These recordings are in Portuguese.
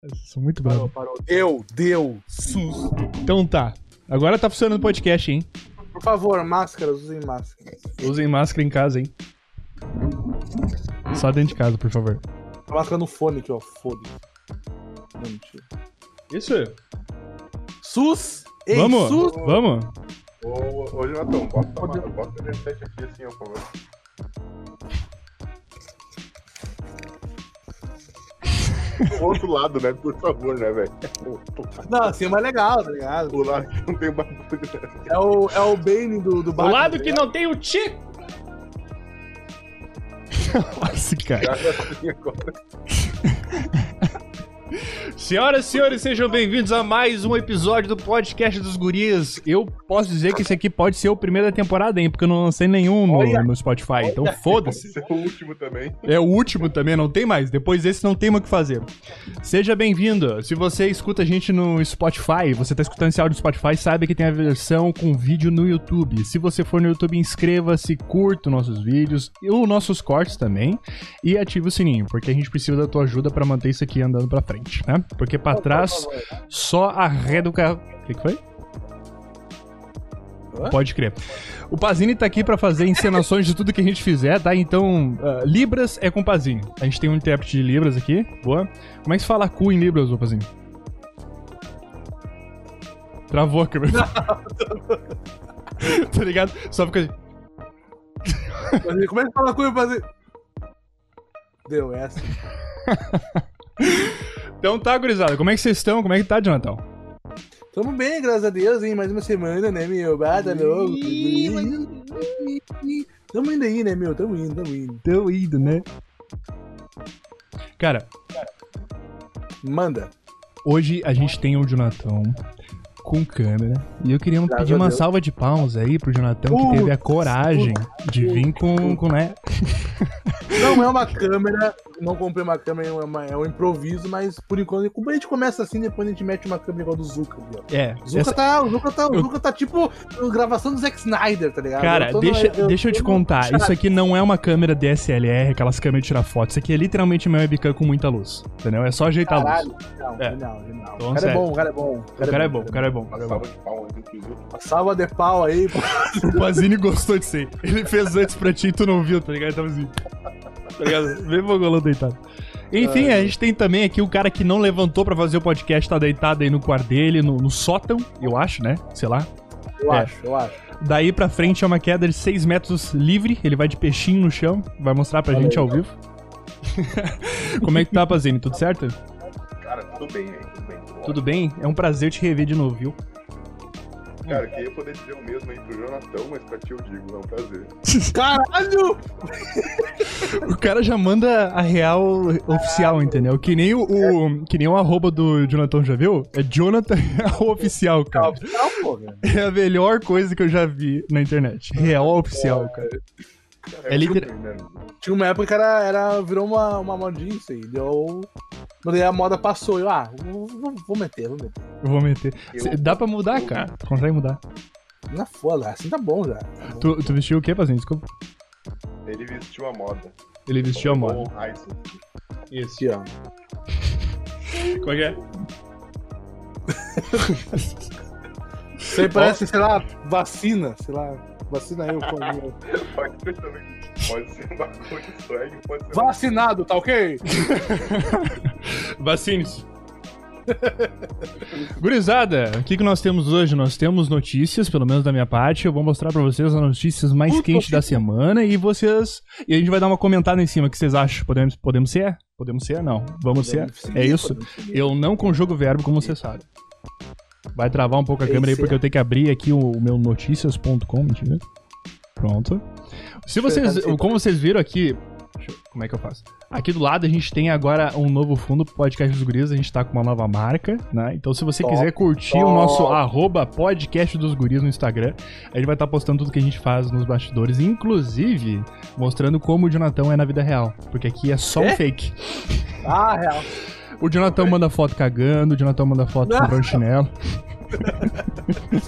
Sou muito bravo. Parou. Deu. SUS. Então tá. Agora tá funcionando o podcast, hein? Por favor, máscaras, usem máscaras. Usem máscara em casa, hein? Só dentro de casa, por favor. A máscara no fone aqui, ó. Foda-se. Não, mentira. Isso. SUS! Ei, Vamos? SUS! Vamos? Ô, Jonathan, bota o reset aqui assim, ó, por favor. O outro lado, né? Por favor, né, velho? Não, assim é mais legal, tá ligado? O lado que não tem bagulho. É o Bane do O Batman. lado que não tem o Tico. Nossa, cara. Assim agora. Senhoras e senhores, sejam bem-vindos a mais um episódio do podcast dos Gurias. Eu posso dizer que esse aqui pode ser o primeiro da temporada, hein? Porque eu não lancei nenhum no Spotify, então foda-se. Esse é o último também. É o último também, não tem mais. Depois desse não tem mais o que fazer. Seja bem-vindo. Se você escuta a gente no Spotify, você tá escutando esse áudio no Spotify, saiba que tem a versão com vídeo no YouTube. Se você for no YouTube, inscreva-se, curta os nossos vídeos e os nossos cortes também. E ative o sininho, porque a gente precisa da tua ajuda pra manter isso aqui andando pra frente, né? Porque pra trás, só a ré do carro... O que foi? Pode crer. O Pazini tá aqui pra fazer encenações de tudo que a gente fizer, tá? Então, Libras é com o Pazini. A gente tem um intérprete de Libras aqui. Boa. Como é que se fala cu em Libras, ô Pazini? Travou a câmera. Tá ligado? Só fica assim. Como é que fala com ele fazer? Deu essa. Então tá, gurizada. Como é que vocês estão? Como é que tá, Jonathan? Tamo bem, graças a Deus, hein? Mais uma semana, né, meu? Bata louco. Tamo indo aí, né, meu? Tamo indo, né? Cara, manda. hoje a gente tem o Jonathan com câmera. E eu queria pedir uma salva de palmas aí pro Jonathan, que teve a coragem de vir com né? Não é uma câmera, não comprei uma câmera, é um improviso, mas por enquanto, como a gente começa assim, depois a gente mete uma câmera igual do Zuka, viu? É. O Zuka tá tipo gravação do Zack Snyder, tá ligado? Cara, deixa eu te contar, isso aqui não é uma câmera DSLR, aquelas câmeras de tirar foto, isso aqui é literalmente uma webcam com muita luz, entendeu? É só ajeitar a luz. Não. Então, O cara é bom, o cara é bom. O cara é bom. Uma salva de palmas, inclusive. A salva de pau aí, pô. O Pazini gostou disso aí. Ele fez antes pra ti e tu não viu, tá ligado? Ele tava assim. Tá ligado? Vem Mogolão deitado. Enfim, a gente tem também aqui o cara que não levantou pra fazer o podcast, tá deitado aí no quarto dele, no sótão, eu acho, né? Sei lá. Eu acho. Daí pra frente é uma queda de 6 metros livre, ele vai de peixinho no chão, vai mostrar pra gente ao vivo. Como é que tá, Pazini? Tudo certo? Cara, tudo bem, hein? Tudo bem? É um prazer te rever de novo, viu? Cara, eu queria poder dizer o mesmo aí pro Jonathan, mas pra ti eu digo, é um prazer. Caralho! O cara já manda a real oficial, entendeu? Que nem o arroba do Jonathan, já viu? É Jonathan Real Oficial, cara. É a melhor coisa que eu já vi na internet. Real Oficial, cara. É literal. Tinha uma época que virou uma modinha isso aí. Mas aí a moda passou. Eu, vou meter. Vou meter. Dá pra mudar, cara. Consegue mudar. Na foda, assim tá bom já. Tu vestiu o quê, Pazinho? Desculpa. Ele vestiu a moda. Ele vestiu a moda. Isso. Aqui, ó. Qual que é? Isso aí parece, sei lá, vacina. Sei lá, vacina eu, pô. Pode ser também. Pode ser um bagulho de swag, pode ser... Vacinado, tá ok? Vacine-se. Gurizada, o que nós temos hoje? Nós temos notícias, pelo menos da minha parte. Eu vou mostrar pra vocês as notícias mais quentes da semana e a gente vai dar uma comentada em cima. O que vocês acham? Podemos ser? Podemos ser? Não. Vamos ser? É isso? Eu não conjugo verbo, como você sabe. Vai travar um pouco a câmera aí, porque eu tenho que abrir aqui o meu noticias.com, mentira. Pronto. Como vocês viram aqui... Como é que eu faço? Aqui do lado a gente tem agora um novo fundo pro podcast dos Guris, a gente tá com uma nova marca, né? Então se você quiser curtir o nosso @podcast dos Guris no Instagram, a gente vai estar postando tudo que a gente faz nos bastidores, inclusive mostrando como o Jonathan é na vida real, porque aqui é só um fake. Real. O Jonathan manda foto cagando, o Jonathan manda foto comprando chinelo.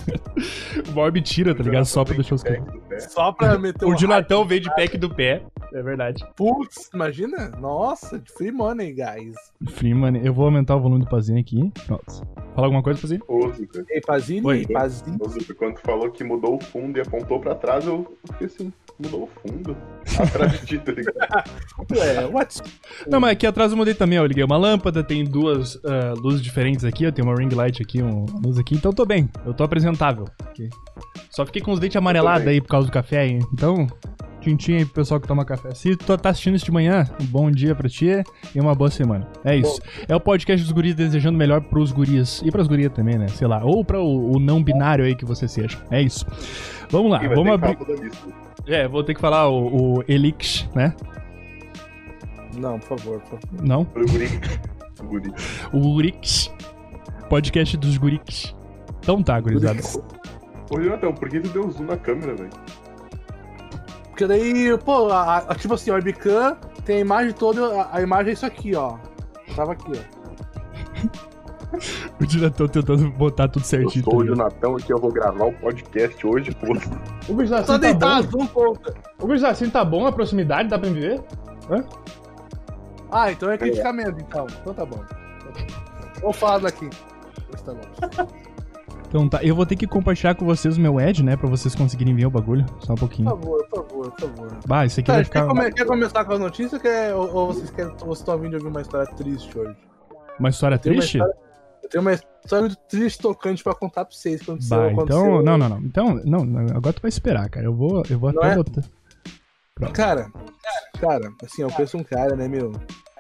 O Bob tira, tá ligado? Só pra deixar os caras. Só pra meter o Jonathan veio de pack do pé. É verdade. Putz, imagina? Nossa, free money, guys. Free money. Eu vou aumentar o volume do Pazinho aqui. Pronto. Fala alguma coisa, Pazinho? Ô, Zuka. Ei, Pazini, Oi. Pazini. Ô, Zuka, quando tu falou que mudou o fundo e apontou pra trás, eu fiquei assim, mudou o fundo? Atrás de ti, tá ligado? Ué, what? Não, mas aqui atrás eu mudei também, ó. Eu liguei uma lâmpada, tem duas luzes diferentes aqui, ó. Tem uma ring light aqui, uma luz aqui. Então tô bem, eu tô apresentável. Aqui. Só fiquei com os dentes amarelados aí por causa do café aí. Então, tintim aí pro pessoal que toma café. Se tu tá assistindo isso de manhã, um bom dia pra ti e uma boa semana. É isso. É o podcast dos guris desejando melhor pros guris. E pras gurias também, né? Sei lá. Ou pra o não binário aí que você seja. É isso. Vamos lá, vamos abrir. Vou ter que falar o Elix, né? Não, por favor. Não? Pro guri. O Gurix. Podcast dos Gurix. Então tá, gurizada. Ô, Jonathan, por que tu deu zoom na câmera, velho? Porque daí, pô, tipo assim, a webcam tem a imagem toda, a imagem é isso aqui, ó. Tava aqui, ó. O diretor tentando botar tudo Eu certinho. sou o Jonathan aqui, eu vou gravar o podcast hoje, pô. O gurizada, Só assim tá deitado, bom? não conta. O gurizada, assim tá bom a proximidade? Dá pra me ver? Hã? Ah, então é criticamento, então. Então tá bom. Vou falar daqui. Tá bom. Então tá, eu vou ter que compartilhar com vocês o meu Edge, né? Pra vocês conseguirem ver o bagulho. Só um pouquinho. Por favor. Bah, isso aqui Cara, vai ficar quer começar com as notícias ou vocês estão vindo de ouvir uma história triste hoje? uma história triste? Eu tenho uma história muito triste, tocante pra contar pra vocês. Quando Bah, aconteceu. então... Não. Então, não, agora tu vai esperar, cara. Eu vou Não até é? botar. Cara, assim, eu penso um cara, né, meu?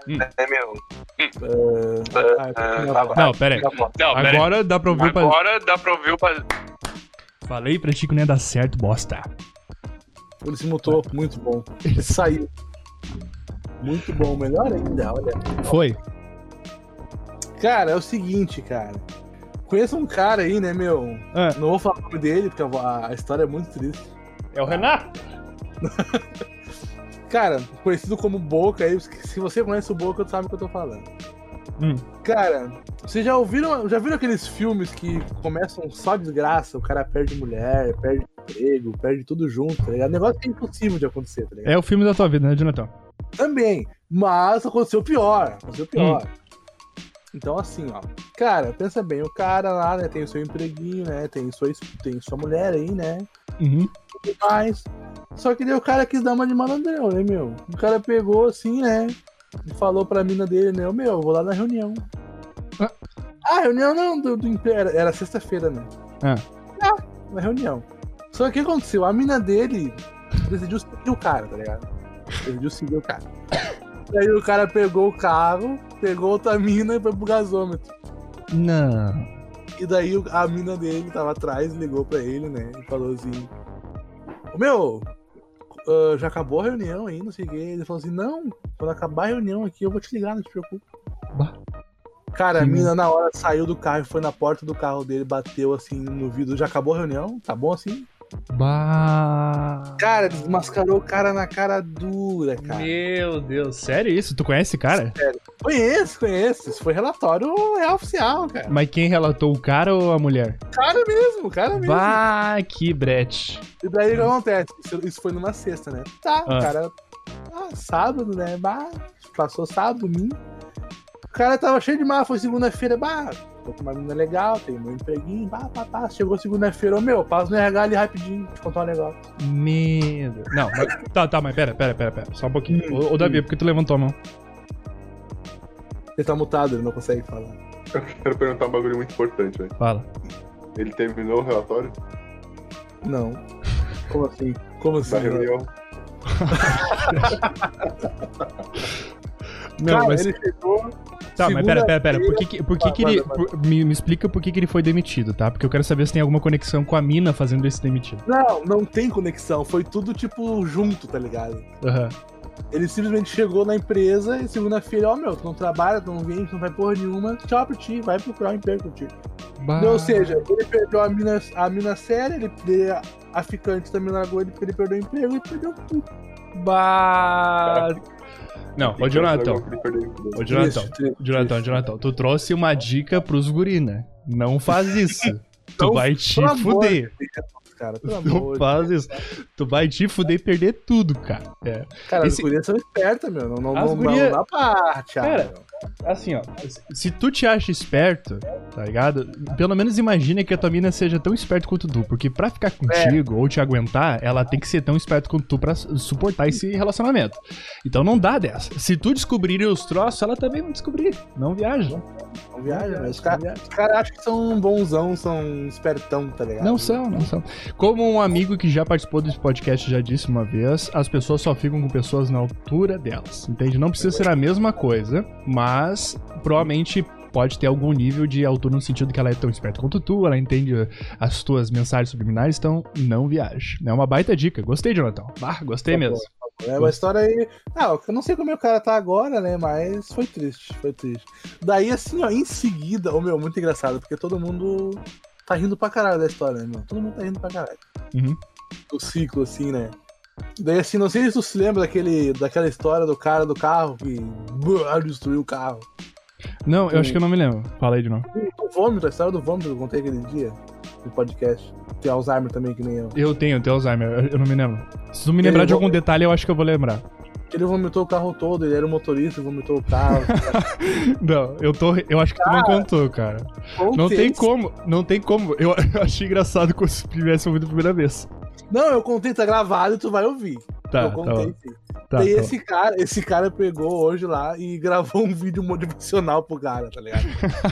Não, pera aí. Agora dá pra ouvir o Falei pra ti que não ia dar certo, bosta. Ele se mutou, muito bom. Ele saiu. Muito bom, melhor ainda, olha. Foi. Cara, é o seguinte, cara. Conheço um cara aí, né, meu? Ah. Não vou falar o nome dele, porque a história é muito triste. É o Renato? Cara, conhecido como Boca aí, se você conhece o Boca, tu sabe o que eu tô falando. Cara, vocês já viram aqueles filmes que começam só desgraça, o cara perde mulher, perde emprego, perde tudo junto, tá ligado? Negócio que é impossível de acontecer, tá ligado? É o filme da tua vida, né, Jonathan? Também, mas aconteceu pior. Então, assim, ó. Cara, pensa bem, o cara lá, né, tem o seu empreguinho, né, tem sua mulher aí, né, Uhum. tudo mais. Só que daí o cara quis dar uma de malandrão, né, meu? O cara pegou, assim, né, e falou pra mina dele, né, eu vou lá na reunião. Reunião não, do emprego, era sexta-feira, né? Na reunião. Só que o que aconteceu? A mina dele decidiu seguir o cara, tá ligado? Daí o cara pegou o carro, pegou outra mina e foi pro gasômetro. Não. E daí a mina dele tava atrás, ligou pra ele, né? E falou assim: Meu, já acabou a reunião aí, não sei o que. Ele falou assim: Não, quando acabar a reunião aqui eu vou te ligar, não te preocupe. Bah. Cara, a mina na hora saiu do carro e foi na porta do carro dele, bateu assim no vidro. Já acabou a reunião? Tá bom assim? Bah. Cara, desmascarou o cara na cara dura, cara. Meu Deus, sério isso? Tu conhece esse cara? Conheço. Isso foi relatório real oficial, cara. Mas quem relatou, o cara ou a mulher? Cara mesmo. Bah, que brete. E daí o que acontece? Isso foi numa sexta, né? Tá, Ah. o cara. Sábado, né? Bah, passou sábado, domingo. O cara tava cheio de mal, foi segunda-feira, tô com uma menina legal, tenho meu empreguinho, chegou segunda-feira, passa no RH ali rapidinho, te contar um negócio. Meu Deus. Não, mas, tá, mas pera. Só um pouquinho. Ô, Davi, por que tu levantou a mão? Ele tá mutado, ele não consegue falar. Eu quero perguntar um bagulho muito importante, velho. Fala. Ele terminou o relatório Não. Como assim? da reunião? Não, Cara, mas... ele chegou... Tá, mas pera. Por que que ele... Manda. Me explica por que ele foi demitido, tá? Porque eu quero saber se tem alguma conexão com a mina fazendo esse demitido. Não tem conexão, foi tudo tipo junto, tá ligado? Aham. Ele simplesmente chegou na empresa e segunda-feira, tu não trabalha, tu não vem, tu não vai porra nenhuma, tchau pra ti, vai procurar um emprego pra ti. Ou seja, ele perdeu a mina séria, a ficante também largou ele porque ele perdeu o emprego e perdeu tudo. Não, ô Jonathan, Triste. Jonathan, tu trouxe uma dica pros guri, né? Não faz isso. Tu Então, vai te pelo amor fuder. de Deus, cara. Pelo Não amor faz isso. Tu vai te fuder e perder tudo, cara. Cara, Esse- as gurias são espertas, meu. Não As guria- dá pra ratear, Cara, meu. Assim, ó, se tu te acha esperto, tá ligado? Pelo menos imagina que a tua mina seja tão esperta quanto tu, porque pra ficar contigo ou te aguentar, ela tem que ser tão esperta quanto tu pra suportar esse relacionamento. Então não dá dessa. Se tu descobrir os troços, ela também vai descobrir. Não viaja. Não viaja, meu. Os caras acham que são bonzão, são espertão, tá ligado? Não são. Como um amigo que já participou desse podcast já disse uma vez, as pessoas só ficam com pessoas na altura delas, entende? Não precisa ser a mesma coisa, mas provavelmente pode ter algum nível de altura no sentido que ela é tão esperta quanto tu, ela entende as tuas mensagens subliminares, então não viaje. É uma baita dica. Gostei, Jonathan. Gostei mesmo. É uma história aí. Eu não sei como o cara tá agora, né? Mas foi triste. Daí, assim, ó, em seguida, muito engraçado, porque todo mundo tá rindo pra caralho da história, né, meu? Todo mundo tá rindo pra caralho. Uhum. Do ciclo, assim, né? Daí, assim, não sei se tu se lembra daquela história do cara do carro que destruiu o carro. Não, eu acho que eu não me lembro. Fala aí de novo. O vômito, a história do vômito que eu contei aquele dia no podcast. Tem Alzheimer também, que nem eu. Eu tenho Alzheimer, eu não me lembro. Se tu me lembrar de algum detalhe, eu acho que eu vou lembrar. Ele vomitou o carro todo, ele era o motorista, vomitou o carro. Não, eu acho que tu não contou, cara. Não tem como. Eu achei engraçado quando se tivesse ouvido a primeira vez. Não, eu contei, tá gravado e tu vai ouvir. Tá, eu contei, tá sim. Tá, Daí tá. esse cara pegou hoje lá e gravou um vídeo motivacional pro cara, tá ligado?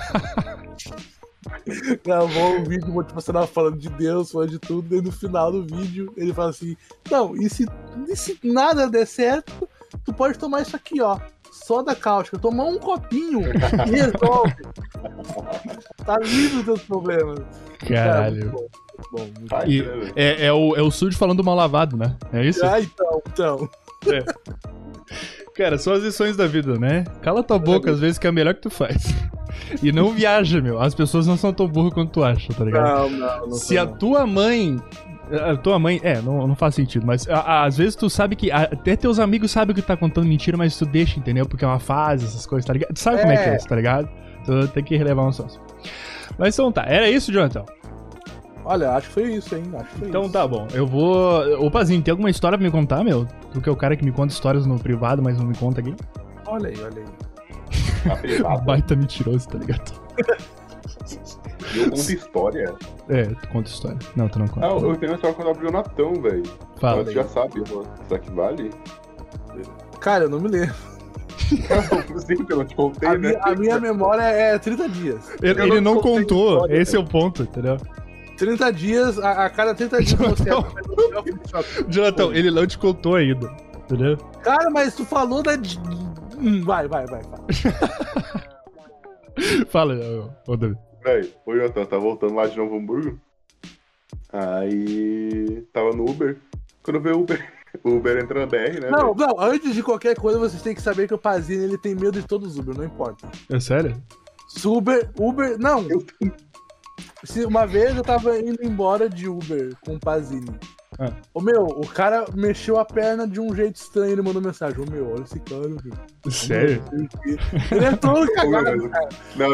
Gravou um vídeo motivacional falando de Deus, falando de tudo, e no final do vídeo ele fala assim: não, e se nada der certo, tu pode tomar isso aqui, ó. Soda cáustica, tomar um copinho e resolve. Tá livre dos teus problemas. Caralho. Cara, muito bom. E é o Surge falando mal lavado, né? É isso? Então. Cara, são as lições da vida, né? Cala tua boca às vezes que é o melhor que tu faz. E não viaja, meu. As pessoas não são tão burras quanto tu acha, tá ligado? Não. Se a tua mãe... não faz sentido, mas às vezes tu sabe que... Até teus amigos sabem que tu tá contando mentira, mas tu deixa, entendeu? Porque é uma fase, essas coisas, tá ligado? Tu sabe como é que é isso, tá ligado? Tu tem que relevar um sócio. Mas então tá, era isso, Jonathan? Olha, acho que foi isso, hein? Então tá bom, eu vou... Ô, Pazinho, tem alguma história pra me contar, meu? Tu que é o cara que me conta histórias no privado, mas não me conta aqui? Olha aí. Tá privado. Baita mentiroso, tá ligado? Eu conto história. É, tu conta história. Não, tu não conta. Eu tenho uma história pra contar pro Jonathan, velho. Fala. Você já sabe, será que vale? Cara, eu não me lembro. Sim, eu não te contei, né? A minha memória é 30 dias. Ele não contou, história, esse é o ponto, entendeu? 30 dias, a cada 30 dias você... Jonathan, ele não te contou ainda, entendeu? Cara, mas tu falou da... Vai. Fala, ô David. Véi, o Jonathan tá voltando lá de Novo Hamburgo. Aí tava no Uber. Quando veio o Uber entra na BR, né? Não, antes de qualquer coisa, vocês têm que saber que o Pazini, ele tem medo de todos os Uber, não importa. É sério? Se Uber, não. Se uma vez eu tava indo embora de Uber com o Pazini. O cara mexeu a perna de um jeito estranho, ele mandou mensagem. Olha esse cara, velho. Sério? Ele é todo cagado, cara.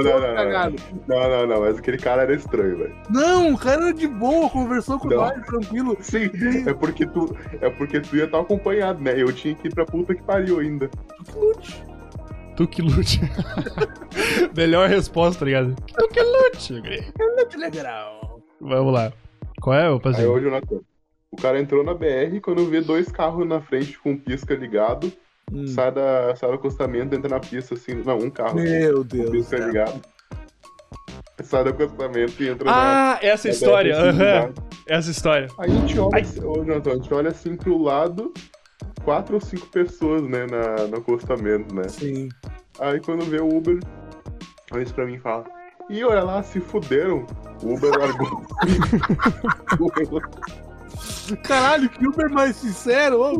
Não, mas aquele cara era estranho, velho. Não, o cara era de boa, conversou com nós, tranquilo. Sim, é porque tu ia estar acompanhado, né? Eu tinha que ir pra puta que pariu ainda. Tu que lute. Melhor resposta, tá ligado? Tu que lute, Grey. Legal. Vamos lá. Qual é, ô Pazinho? Aí, ô, Jonathan, o cara entrou na BR, quando vê 2 carros na frente com pisca ligado, sai do acostamento, entra na pista assim. Não, um carro. Meu Deus. Com pisca ligado. Sai do acostamento e entra na. Essa história. Essa história. Aí a gente olha, ô, Jonathan, a gente olha assim pro lado, 4 ou 5 pessoas, né, no acostamento, né? Sim. Aí quando vê o Uber, olha isso pra mim e fala: ih, olha lá, se fuderam. O Uber largou. Caralho, que Uber mais sincero, ô.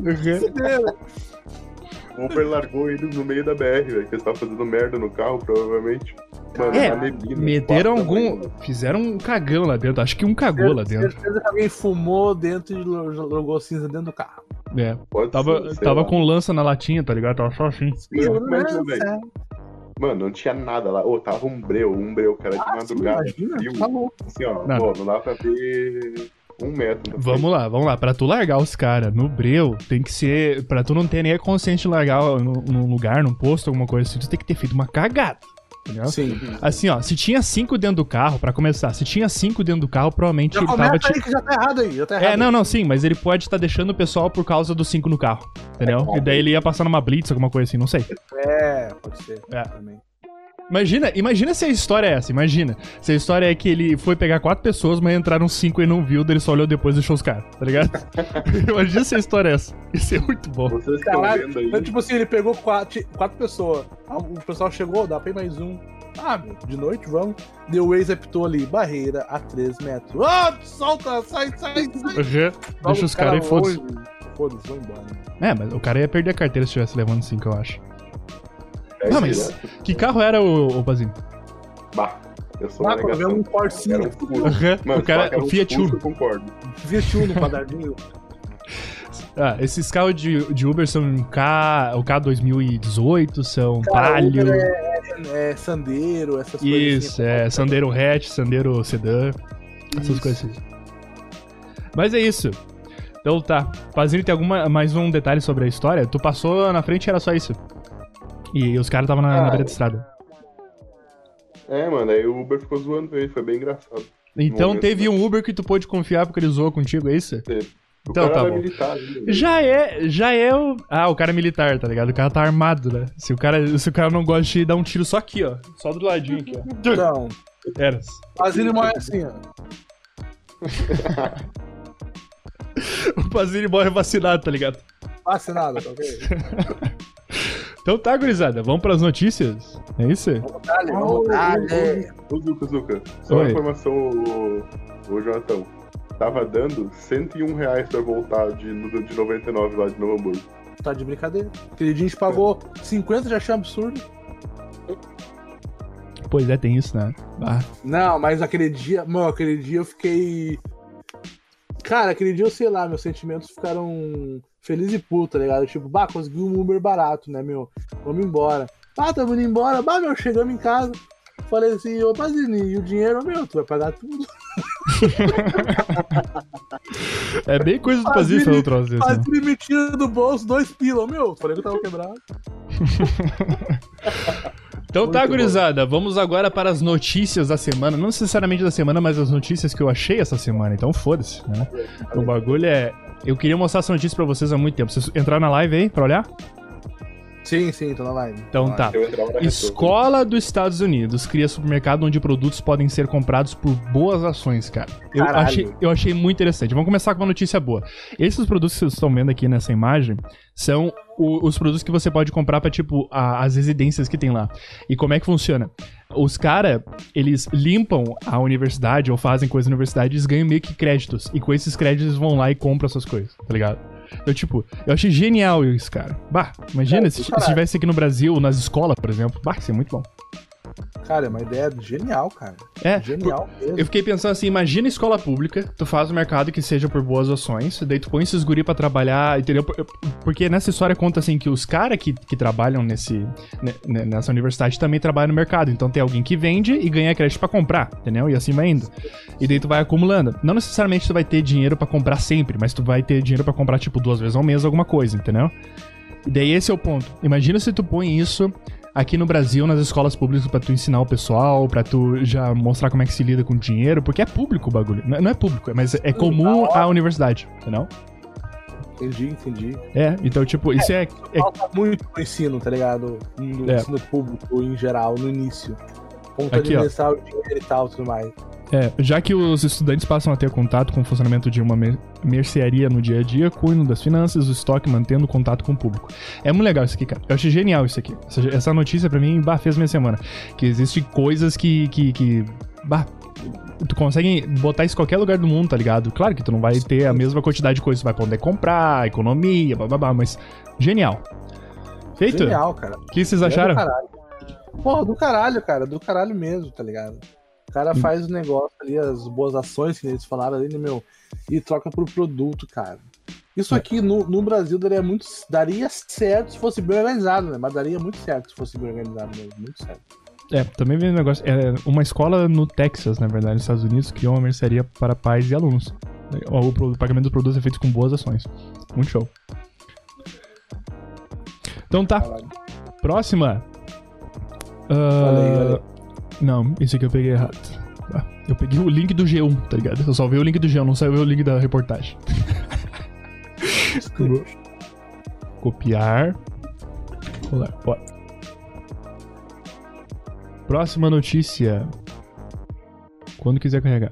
O Uber largou eles no meio da BR, velho, que eles estavam fazendo merda no carro, provavelmente. Mano, É, tá neblina, meteram 4 da algum... manhã. Fizeram um cagão lá dentro. Acho que um cagou lá dentro. Certeza que alguém fumou dentro e jogou cinza dentro do carro. É. Pode Tava, ser, sei tava lá. com lança na latinha, tá ligado? Tava só assim. Mas, velho, mano, não tinha nada lá. Ô, tava um breu, cara, de madrugada. Imagina, frio. tá louco. Assim, ó, Não. pô, não dá pra ver 1 metro. Vamos lá. Pra tu largar os caras no breu, tem que ser... Pra tu não ter nem a consciência de largar num lugar, num posto, alguma coisa assim, tu tem que ter feito uma cagada. Entendeu? Sim. Assim, ó, se tinha 5 dentro do carro, pra começar, se tinha 5 dentro do carro, provavelmente Já ele começa tava... aí que já tá errado aí, já tá errado. não, sim, mas ele pode estar deixando o pessoal por causa dos 5 no carro, entendeu? E daí ele ia passar numa blitz, alguma coisa assim, não sei. Pode ser. Também. Imagina se a história é essa, imagina. Se a história é que ele foi pegar 4 pessoas, mas entraram 5 e não viu, daí ele só olhou depois e deixou os caras, tá ligado? Imagina se a história é essa. Isso é muito bom. Vocês estão vendo aí. Tipo assim, ele pegou 4 pessoas. O pessoal chegou, dá pra ir mais um. De noite, vamos. Deu o Waze apitou ali, barreira a 3 metros. Solta, sai. Deixa os caras aí, foda-se. Foda-se, vão embora. Mas o cara ia perder a carteira se estivesse levando 5, eu acho. Não, mas que carro era o Pazinho? Eu sou uma negação. Um Corsinha. O cara, o Fiat Uno. Eu concordo. Fiat Uno, quadradinho. Esses carros de Uber são o K 2018, são Palio. Uber é Sandero, essas coisas. Isso, Sandero hatch, Sandero sedã, essas coisas assim. Mas é isso. Então tá. Pazinho, tem mais um detalhe sobre a história? Tu passou na frente e era só isso. E os caras estavam na beira da estrada. Mano, aí o Uber ficou zoando ele, foi bem engraçado. Então teve um Uber que tu pôde confiar porque ele zoou contigo, é isso? Teve. Então tá bom. Militar, já é o... o cara é militar, tá ligado? O cara tá armado, né? Se o cara não gosta de dar um tiro só aqui, ó. Só do ladinho aqui, ó. Então. Eras. Pazinho morre assim, ó. O Pazinho morre vacinado, tá ligado? Vacinado, tá ok? Então tá, gurizada. Vamos pras notícias? É isso? Vamos dar. Zuka. Só uma informação, o Jonathan. Tava dando R$101 pra voltar de 99 lá de Novo Hamburgo. Tá de brincadeira. Aquele dia a gente pagou 50, já achei absurdo. Pois é, tem isso, né? Não, mas aquele dia eu fiquei... Cara, aquele dia eu sei lá, meus sentimentos ficaram feliz e puto, tá ligado? Tipo, consegui um Uber barato, né, meu? Vamos embora. Tamo indo embora. Chegamos em casa. Falei assim, ô Pazinho, e o dinheiro, tu vai pagar tudo. É bem coisa do Pazinho fazer o troço desse. Pazinho me tira do bolso 2 pila, falei que eu tava quebrado. Então muito tá, gurizada, vamos agora para as notícias da semana. Não necessariamente da semana, mas as notícias que eu achei essa semana. Então foda-se, né? O bagulho é... Eu queria mostrar essa notícia pra vocês há muito tempo. Vocês entraram na live aí pra olhar? Sim, tô na live. Então tá. Escola dos Estados Unidos cria supermercado onde produtos podem ser comprados por boas ações, cara. Eu achei muito interessante. Vamos começar com uma notícia boa. Esses produtos que vocês estão vendo aqui nessa imagem são os produtos que você pode comprar pra, tipo, as residências que tem lá. E como é que funciona? Os caras, eles limpam a universidade ou fazem coisa na universidade e eles ganham meio que créditos. E com esses créditos eles vão lá e compram essas coisas, tá ligado? Eu achei genial isso, cara. Imagina se tivesse aqui no Brasil, nas escolas, por exemplo. Isso é muito bom. Cara, é uma ideia genial, cara. Genial mesmo. Eu fiquei pensando assim, imagina escola pública, tu faz um mercado que seja por boas ações, daí tu põe esses guri pra trabalhar, entendeu? Porque nessa história conta assim que os caras que trabalham nessa universidade também trabalham no mercado, então tem alguém que vende e ganha crédito pra comprar, entendeu? E assim vai indo. E daí tu vai acumulando. Não necessariamente tu vai ter dinheiro pra comprar sempre, mas tu vai ter dinheiro pra comprar tipo 2 vezes ao mês alguma coisa, entendeu? E daí esse é o ponto. Imagina se tu põe isso aqui no Brasil, nas escolas públicas, pra tu ensinar o pessoal, pra tu já mostrar como é que se lida com dinheiro, porque é público o bagulho. Não é público, mas é comum à universidade, entendeu? Entendi. Então, tipo, isso falta muito no ensino, tá ligado? No ensino público, em geral, no início. Como administrar o dinheiro e tal, tudo mais. Já que os estudantes passam a ter contato com o funcionamento de uma mercearia no dia a dia, cuidam das finanças, do estoque, mantendo contato com o público. É muito legal isso aqui, cara. Eu achei genial isso aqui. Essa notícia pra mim, fez minha semana. Que existem coisas que tu consegue botar isso em qualquer lugar do mundo, tá ligado? Claro que tu não vai ter a mesma quantidade de coisas, tu vai poder comprar, economia, mas genial. Feito? Genial, cara. O que vocês acharam? Porra, do caralho, cara. Do caralho mesmo, tá ligado? O cara faz o negócio ali, as boas ações que eles falaram ali, né, e troca por produto, cara. Isso aqui no Brasil daria certo se fosse bem organizado, né? Mas daria muito certo se fosse bem organizado mesmo, muito certo. Também vem um negócio. Uma escola no Texas, na verdade, nos Estados Unidos, criou uma mercearia para pais e alunos. O pagamento dos produtos é feito com boas ações. Muito show. Então tá. Próxima. Falei. Não, esse aqui eu peguei errado. Eu peguei o link do G1, tá ligado? Eu só vi o link do G1, não saiu o link da reportagem. Copiar. Colar. Bora. Próxima notícia. Quando quiser carregar.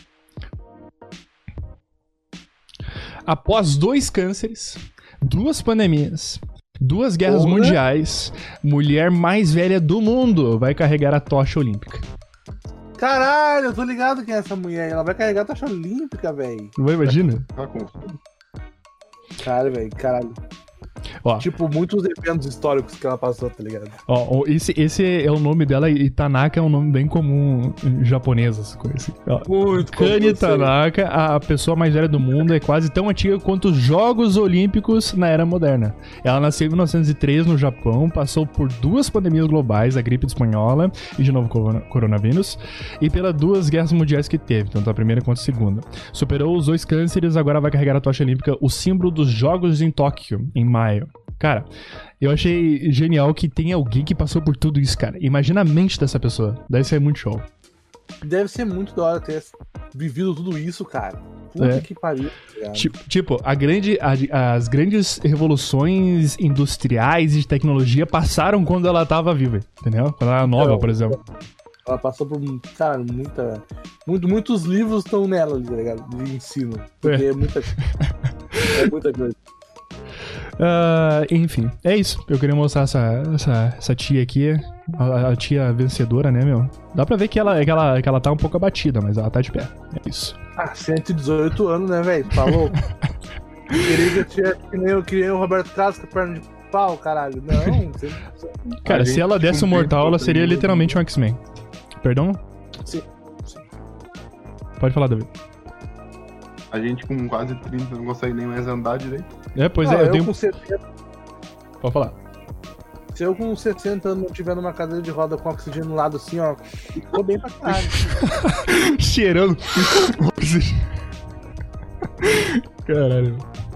Após 2 cânceres, 2 pandemias, 2 guerras mundiais, mulher mais velha do mundo vai carregar a tocha olímpica. Caralho, eu tô ligado quem é essa mulher. Ela vai carregar a tocha olímpica, velho. Não imagina? Caralho. Ó, tipo, muitos eventos históricos que ela passou, tá ligado? Ó, esse é o nome dela e Tanaka é um nome bem comum em japonês, essas coisas assim. Ó, muito Kani Tanaka, a pessoa mais velha do mundo, é quase tão antiga quanto os Jogos Olímpicos na Era Moderna. Ela nasceu em 1903 no Japão, passou por 2 pandemias globais, a gripe espanhola e de novo coronavírus, e pelas 2 guerras mundiais que teve, tanto a primeira quanto a segunda. Superou os 2 cânceres, agora vai carregar a tocha olímpica, o símbolo dos Jogos em Tóquio, em maio. Cara, eu achei genial que tem alguém que passou por tudo isso, cara. Imagina a mente dessa pessoa. Deve ser muito show. Deve ser muito da hora ter vivido tudo isso, cara. Puta que pariu. Tipo, as grandes revoluções industriais e de tecnologia passaram quando ela tava viva, entendeu? Quando ela era nova, por exemplo. Ela passou por, cara, muitos livros estão nela, tá ligado? De ensino. Porque é muita coisa. Enfim, é isso. Eu queria mostrar essa tia aqui, a tia vencedora, né, meu? Dá pra ver que ela tá um pouco abatida, mas ela tá de pé. É isso. 118 anos, né, velho? Falou. Queria que nem o Roberto Carlos com a perna de pau, caralho. Não. Cara, se ela desse um mortal, ela seria literalmente um X-Men. Perdão? Sim. Pode falar, David. A gente com quase 30 não consegue nem mais andar direito. Pois é, eu tenho... com 70... Pode falar. Se eu com 60 anos não tiver numa cadeira de roda com oxigênio no lado assim, ó, ficou bem pra caralho. Cheirando. Caralho.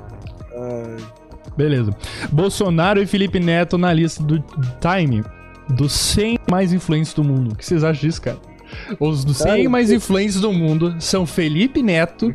Beleza. Bolsonaro e Felipe Neto na lista do Time dos 100 mais influentes do mundo. O que vocês acham disso, cara? Os dos 100 mais influentes do mundo são Felipe Neto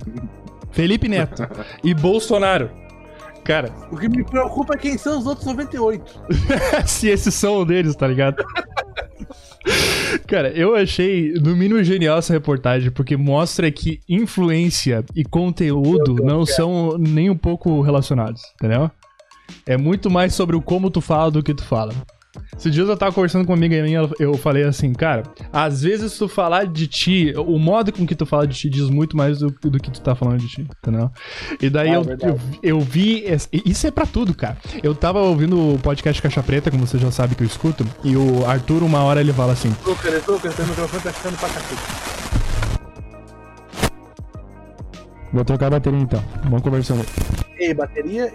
e Bolsonaro. Cara, o que me preocupa é quem são os outros 98. Se esses são um deles, tá ligado? Cara, eu achei no mínimo genial essa reportagem, porque mostra que influência e conteúdo não são nem um pouco relacionados, entendeu? É muito mais sobre o como tu fala do que tu fala. Esses dias eu tava conversando com uma amiga minha, eu falei assim, cara, às vezes tu falar de ti, o modo com que tu fala de ti diz muito mais do que tu tá falando de ti, entendeu? E daí eu vi, isso é pra tudo, cara. Eu tava ouvindo o podcast Caixa Preta, como você já sabe que eu escuto, e o Arthur, uma hora ele fala assim... Teu microfone tá ficando pra cacete. Vou trocar a bateria então, vamos conversando. Ei, bateria.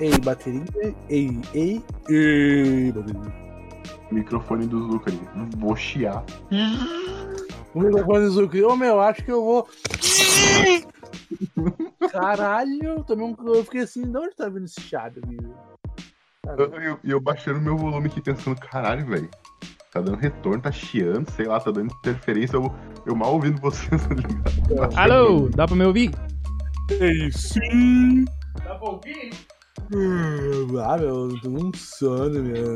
Microfone do Zucari. Vou chiar. O microfone do Zucari. Meu, acho que eu vou... Caralho, eu fiquei assim, de onde tá vindo esse chiado, amigo? Eu baixando meu volume aqui pensando, caralho, velho. Tá dando retorno, tá chiando, sei lá, tá dando interferência. Eu mal ouvindo vocês, tá ligado? Alô, dá pra me ouvir? Ei, sim. Dá pra ouvir? Eu tô com sono, meu.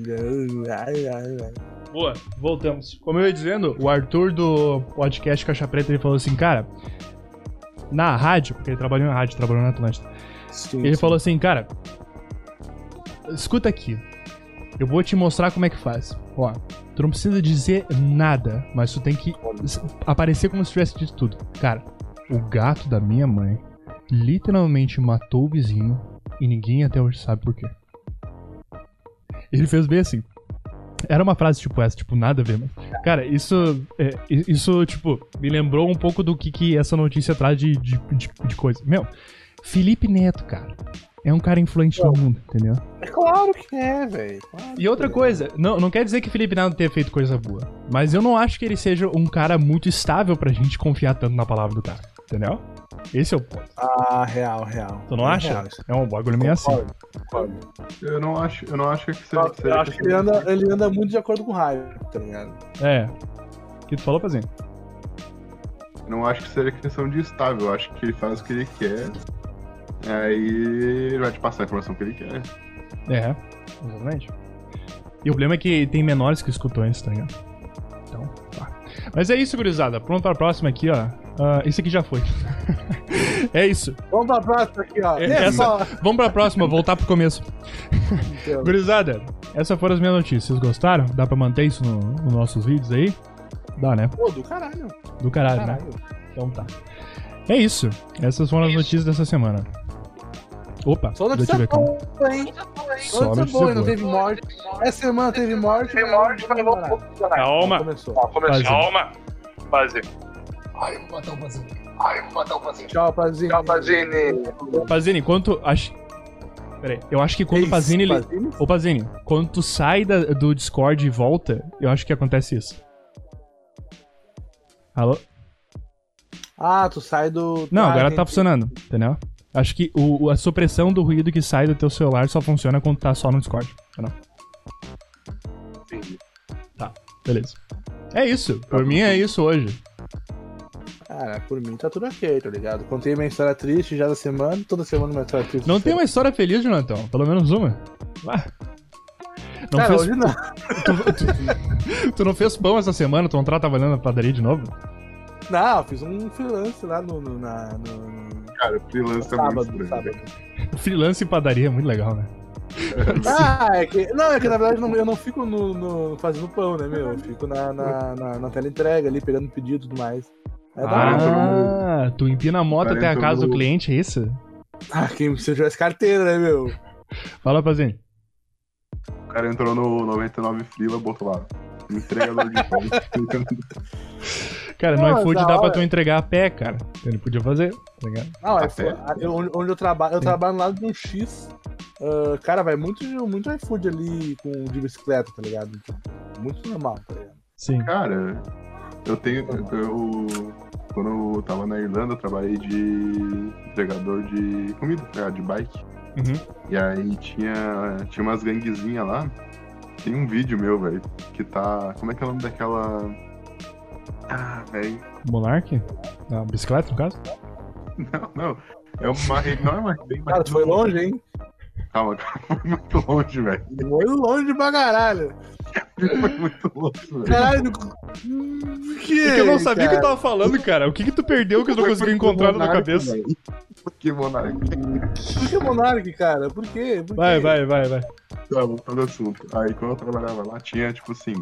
Boa, voltamos. Como eu ia dizendo, o Arthur do podcast Caixa Preta, ele falou assim, cara, na rádio, porque ele trabalhou na rádio, trabalhou na Atlântida. Ele falou assim, cara, escuta aqui, eu vou te mostrar como é que faz. Ó, tu não precisa dizer nada, mas tu tem que aparecer como se tivesse dito tudo. Cara, o gato da minha mãe literalmente matou o vizinho e ninguém até hoje sabe por quê. Ele fez bem assim. Era uma frase tipo essa, tipo, nada a ver, mas... Cara, isso, tipo, me lembrou um pouco do que essa notícia traz de coisa. Meu, Felipe Neto, cara, é um cara influente no mundo, entendeu? É claro que é, velho. Claro e outra coisa, não quer dizer que Felipe Neto tenha feito coisa boa, mas eu não acho que ele seja um cara muito estável pra gente confiar tanto na palavra do cara. Entendeu? Esse é o ponto. Ah, real. Tu não acha? Real. É um bagulho meio assim. Concordo. Eu não acho que Eu acho que ele anda muito de acordo com o raio, tá ligado? É. O que tu falou, Pazinho? Eu não acho que seja questão de estável. Eu acho que ele faz o que ele quer. Aí ele vai te passar a informação que ele quer. É, exatamente. E o problema é que tem menores que escutam isso, tá ligado? Então, tá. Mas é isso, gurizada. Pronto pra próxima aqui, ó. Esse aqui já foi. É isso. Vamos pra próxima aqui, ó. Vamos pra próxima, voltar pro começo. Então. Gurizada, essas foram as minhas notícias. Vocês gostaram? Dá pra manter isso nos nossos vídeos aí? Dá, né? Pô, do caralho. Do caralho, né? Então tá. É isso. Essas foram as notícias dessa semana. Opa, Só notícia boa, hein? Só notícia boa, não teve morte. Essa semana teve morte. Mas vamos funcionar. Calma. Começou. Começou. Calma. Fazer. Tchau, Pazinho. Tchau, Pazini. Pazini, enquanto... Peraí, eu acho que quando o Pazini... Ô, Pazini, quando tu sai do Discord e volta, eu acho que acontece isso. Alô? Ah, tu sai do... Não, agora tá funcionando, entendeu? Acho que a supressão do ruído que sai do teu celular só funciona quando tá só no Discord, entendeu? Entendi. Tá, beleza. É isso, por mim é isso hoje. Cara, por mim tá tudo ok, tá ligado? Contei minha história triste já da semana, toda semana uma história triste. Não tem uma história feliz, Jonathan? Pelo menos uma? Ah. Não Cara, fez... hoje não. Tu não fez pão essa semana? Tu não tá trabalhando na padaria de novo? Não, eu fiz um freelance lá no Cara, o freelance é muito estranho. sábado. Freelance e padaria é muito legal, né? É que na verdade eu não fico fazendo pão, né, meu? Eu fico na tela entrega ali, pegando pedido e tudo mais. É da hora. Tu empina a moto até a casa do cliente, é isso? Se eu tivesse carteira, né, meu? Fala, Pazinho. O cara entrou no 99 Freela, botou lá. Entregador de pão. Cara, no Pô, iFood da dá pra hora. tu entregar a pé, cara. Ele podia fazer, tá ligado? Não, Até. onde eu trabalho no lado de um X. Cara, vai muito iFood ali de bicicleta, tá ligado? Tipo, muito normal, tá ligado? Sim. Cara, quando eu tava na Irlanda, eu trabalhei de entregador de comida, tá ligado? De bike. Uhum. E aí tinha umas ganguezinhas lá. Tem um vídeo meu, velho, que tá... Como é que é o nome daquela... Ah, velho... Monark? Ah, bicicleta, no caso? Não. É uma rede... Não é uma rede... Cara, tu foi longe, hein? Calma, foi muito longe, velho. Foi longe pra caralho. Foi muito longe, velho. Caralho, que Porque eu não sabia o que eu tava falando, cara. O que tu perdeu que eu não consegui encontrar na tua cabeça? Por que Monark? Por que Monark, cara? Por quê? Por Vai. quê? Tá, voltando ao assunto. Aí quando eu trabalhava lá, tinha, tipo assim...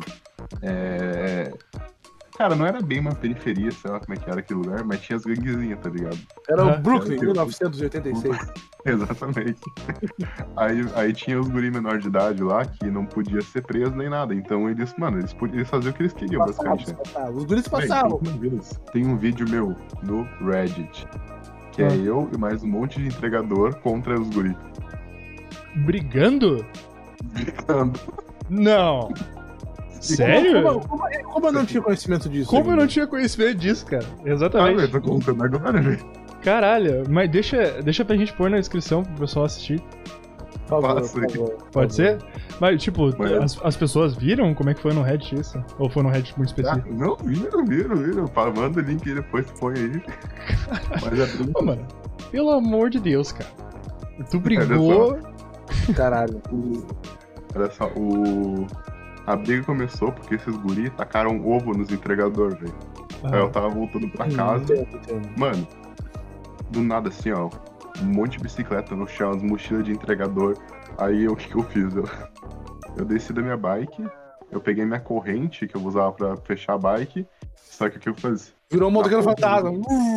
Cara, não era bem uma periferia, sei lá como é que era aquele lugar, mas tinha as ganguezinhas, tá ligado? Era Ah, o Brooklyn, era- 1986. Exatamente. Aí tinha os guri menor de idade lá, que não podia ser preso nem nada. Então eles faziam o que eles queriam, basicamente. Né? Os guris Bem, passavam. tem um vídeo meu no Reddit, que é eu e mais um monte de entregador contra os guri. Brigando? Gritando. Não. Sério? Como eu não tinha conhecimento disso? Como eu não ainda? tinha conhecimento disso, cara? Ah, Exatamente. velho, tô contando agora, velho. Caralho, mas deixa pra gente pôr na descrição pro pessoal assistir. Por favor, Passa por aí. favor. Pode ser? Mas, tipo, Mas- as pessoas viram como é que foi no Reddit isso? Ou foi no Reddit muito Ah, específico? não, viram. Manda o link aí depois, tu põe aí. Mas é bem... Ô, mano, pelo amor de Deus, cara. Tu brigou... Caralho. Olha só, a briga começou porque esses guri tacaram ovo nos entregadores, velho. Aí eu tava voltando pra casa. Entendo. Mano, do nada assim, ó. Um monte de bicicleta no chão, as mochilas de entregador. Aí o que eu fiz? Eu desci da minha bike, eu peguei minha corrente que eu usava pra fechar a bike. Só que o que eu fiz? Virou um motoqueiro fantasma.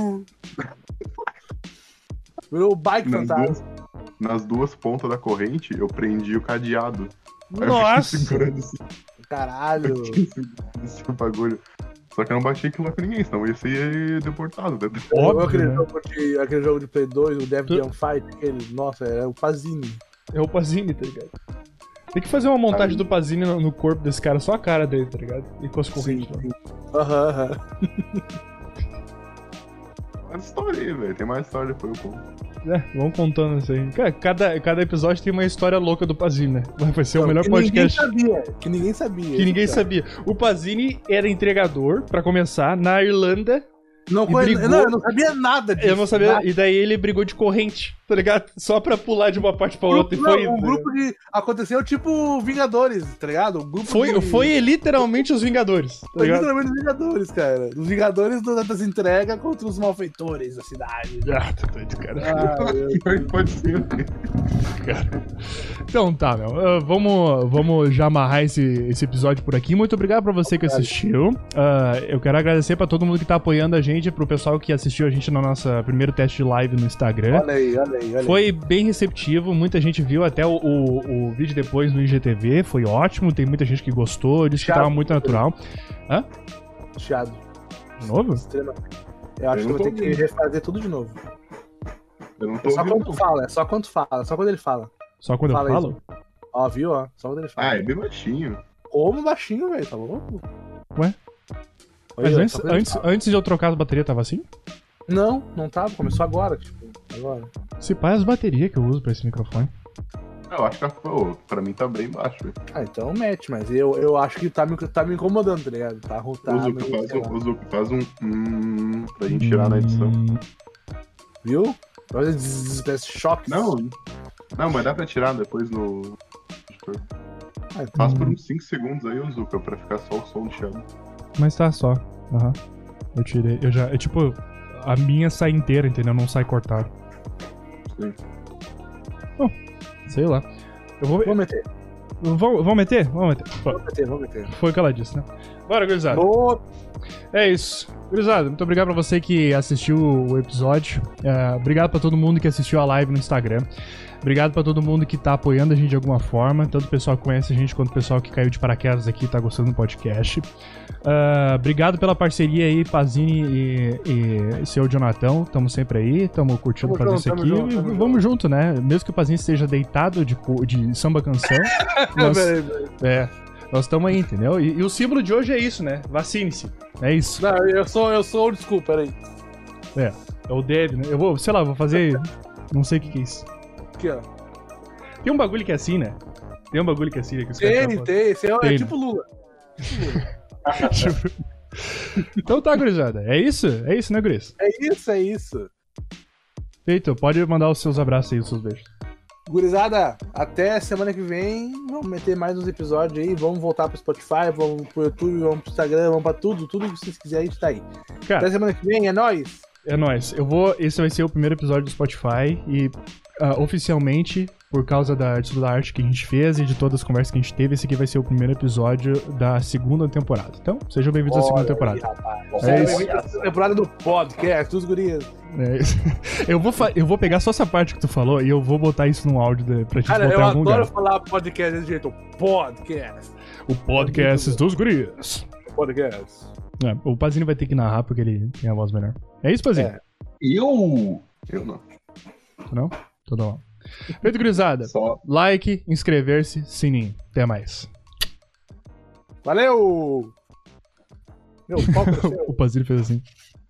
Virou o bike fantasma. Nas duas pontas da corrente, eu prendi o cadeado. Aí eu Nossa! fiquei segurando assim, Caralho. esse bagulho. Só que eu não bati aquilo lá com ninguém, senão eu ia ser deportado. Né? Óbvio, Aquele, né? aquele jogo de Play 2, o Devil Jam Fight, aquele, nossa, era o Pazini. É o Pazini, tá ligado? Tem que fazer uma montagem do Pazini no corpo desse cara, só a cara dele, tá ligado? E com as correntes lá. Aham. mais história aí, velho. Tem mais história depois eu conto. Vamos contando isso aí. Cara, cada episódio tem uma história louca do Pazini, né? Vai ser o melhor podcast. Que ninguém sabia. Que ninguém sabia. O Pazini era entregador, pra começar, na Irlanda. Não, eu não sabia nada disso. Eu não sabia. Nada. E daí ele brigou de corrente, tá ligado? Só pra pular de uma parte pra outra. Um grupo de. Aconteceu tipo Vingadores, tá ligado? Um grupo Foi literalmente os Vingadores. Tá Foi ligado? literalmente os Vingadores, cara. Os Vingadores das entregas contra os malfeitores da cidade. Ah, tá doido, cara. Pode ser, velho. Cara. Então tá, meu. Vamos já amarrar esse episódio por aqui. Muito obrigado pra você que assistiu. Eu quero agradecer pra todo mundo que tá apoiando a gente, pro pessoal que assistiu a gente no nosso primeiro teste de live no Instagram. Olha aí. Foi bem receptivo, muita gente viu até o vídeo depois no IGTV, foi ótimo, tem muita gente que gostou, disse que tava muito natural. Hã? Chiado. De novo? Extremamente. Eu acho que vou ter que refazer tudo de novo. Eu não tô Só ouvindo. quando fala, só quando ele fala. Só quando Fala eu aí, falo? Ó, viu, ó? Só quando ele fala. Ah, é bem baixinho. Como baixinho, velho, tá louco? Ué? Oi, Mas só quando ele fala. antes de eu trocar as baterias tava assim? Não tava, começou agora, tipo, agora. Se pá, é as baterias que eu uso pra esse microfone. Eu acho que pra mim tá bem baixo, velho. Ah, então mete, mas eu acho que tá me incomodando, tá ligado? Tá O Zuko faz um pra gente tirar na edição. Viu? Parece choque. Não, mas dá pra tirar depois no... Ah, então. Faz por uns 5 segundos aí, o Zuko, pra ficar só o som do chão. Mas tá só. Aham. Eu tirei. É tipo, a minha sai inteira, entendeu? Não sai cortado. Sim. Sei lá. Eu vou. Vamos meter. Vamos meter? Vamos meter. Pô, Vamos meter. foi o que ela disse, né? Bora, gurizada. Boa. É isso. Gurizada, muito obrigado pra você que assistiu o episódio. Obrigado pra todo mundo que assistiu a live no Instagram. Obrigado pra todo mundo que tá apoiando a gente de alguma forma. Tanto o pessoal que conhece a gente quanto o pessoal que caiu de paraquedas aqui e tá gostando do podcast. Obrigado pela parceria aí, Pazini e seu Jonatão. Tamo sempre aí, tamo curtindo fazer isso aqui. E vamos junto, né? Mesmo que o Pazini esteja deitado de samba canção. Nós estamos aí, entendeu? E o símbolo de hoje é isso, né? Vacine-se. É isso. Não, eu sou old school, peraí. É o Dev, né? Eu vou, sei lá, vou fazer. Não sei o que é isso. Aqui, ó. Tem um bagulho que é assim, né? Tem um bagulho que é assim, né? Que os caras falam. Tem. Esse é Tem. tipo Lula. Então tá, gurizada. É isso? É isso, né, guris? É isso. Feito. Pode mandar os seus abraços aí, os seus beijos. Gurizada, até semana que vem. Vamos meter mais uns episódios aí. Vamos voltar pro Spotify, vamos pro YouTube, vamos pro Instagram, vamos pra tudo. Tudo que vocês quiserem, a gente tá aí. Cara, Até semana que vem, é nóis. é nóis. Esse vai ser o primeiro episódio do Spotify e oficialmente, por causa da arte que a gente fez e de todas as conversas que a gente teve, esse aqui vai ser o primeiro episódio da segunda temporada. Então, sejam bem-vindos à segunda temporada. É isso. Temporada do podcast, dos gurias. É isso. Eu vou pegar só essa parte que tu falou e eu vou botar isso no áudio pra gente Cara, botar eu em algum adoro lugar. falar podcast desse jeito. Podcast. O podcast dos gurias. Podcast. O Pazini vai ter que narrar porque ele tem a voz melhor. É isso, Pazini? Eu não. Não? Tudo bom. Feito, gurizada. Só. Like, inscrever-se, sininho. Até mais. Valeu! Meu, pau cresceu. O Pazini fez assim.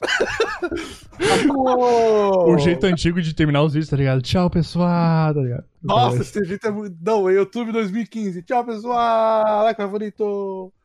Acabou! O jeito antigo de terminar os vídeos, tá ligado? Tchau, pessoal, tá ligado? Nossa, esse vídeo é muito... Não, YouTube 2015. Tchau, pessoal! Like favorito!